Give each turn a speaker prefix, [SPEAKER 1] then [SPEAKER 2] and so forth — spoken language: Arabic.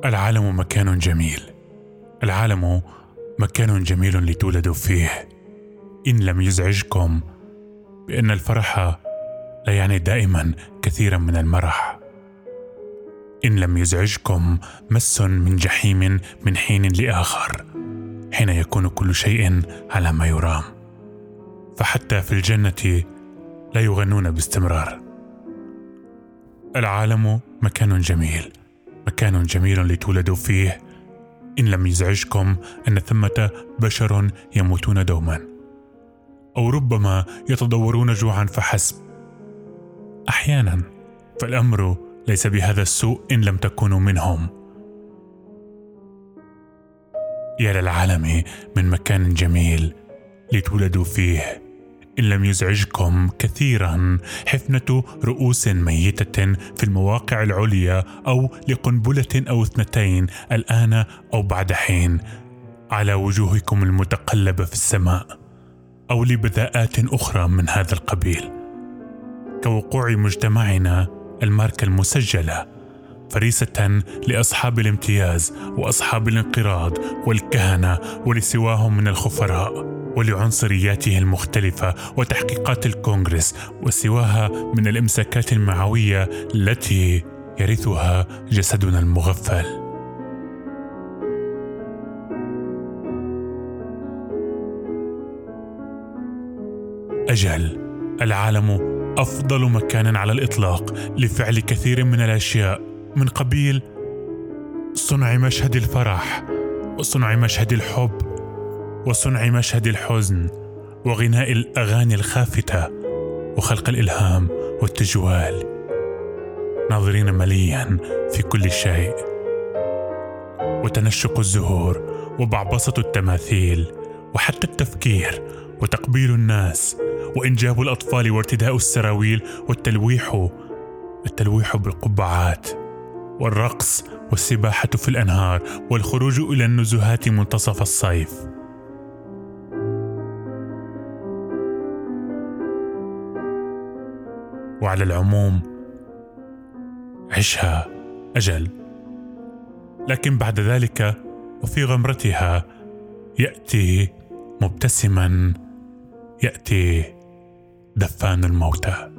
[SPEAKER 1] العالم مكان جميل. العالم مكان جميل لتولدوا فيه، إن لم يزعجكم بأن الفرح لا يعني دائما كثيرا من المرح، إن لم يزعجكم مس من جحيم من حين لآخر، حين يكون كل شيء على ما يرام، فحتى في الجنة لا يغنون باستمرار. العالم مكان جميل، مكان جميل لتولدوا فيه، إن لم يزعجكم أن ثمة بشر يموتون دوما، أو ربما يتضورون جوعا فحسب. أحيانا فالأمر ليس بهذا السوء إن لم تكونوا منهم. يا للعالم من مكان جميل لتولدوا فيه، إن لم يزعجكم كثيرا حفنة رؤوس ميتة في المواقع العليا، أو لقنبلة أو اثنتين الآن أو بعد حين على وجوهكم المتقلبة في السماء، أو لبذاءات أخرى من هذا القبيل، كوقوع مجتمعنا الماركة المسجلة، فريسة لأصحاب الامتياز وأصحاب الانقراض والكهنة ولسواهم من الخفراء، ولعنصرياته المختلفة وتحقيقات الكونغرس وسواها من الإمساكات المعوية التي يرثها جسدنا المغفل. أجل، العالم أفضل مكان على الإطلاق لفعل كثير من الأشياء، من قبيل صنع مشهد الفرح، وصنع مشهد الحب، وصنع مشهد الحزن، وغناء الأغاني الخافتة، وخلق الإلهام والتجوال، ناظرين مليا في كل شيء، وتنشق الزهور، وبعبصة التماثيل، وحتى التفكير، وتقبيل الناس، وإنجاب الأطفال، وارتداء السراويل، والتلويح بالقبعات، والرقص، والسباحة في الأنهار، والخروج إلى النزهات منتصف الصيف. وعلى العموم عشها أجل، لكن بعد ذلك وفي غمرتها يأتي مبتسما، يأتي دفان الموتى.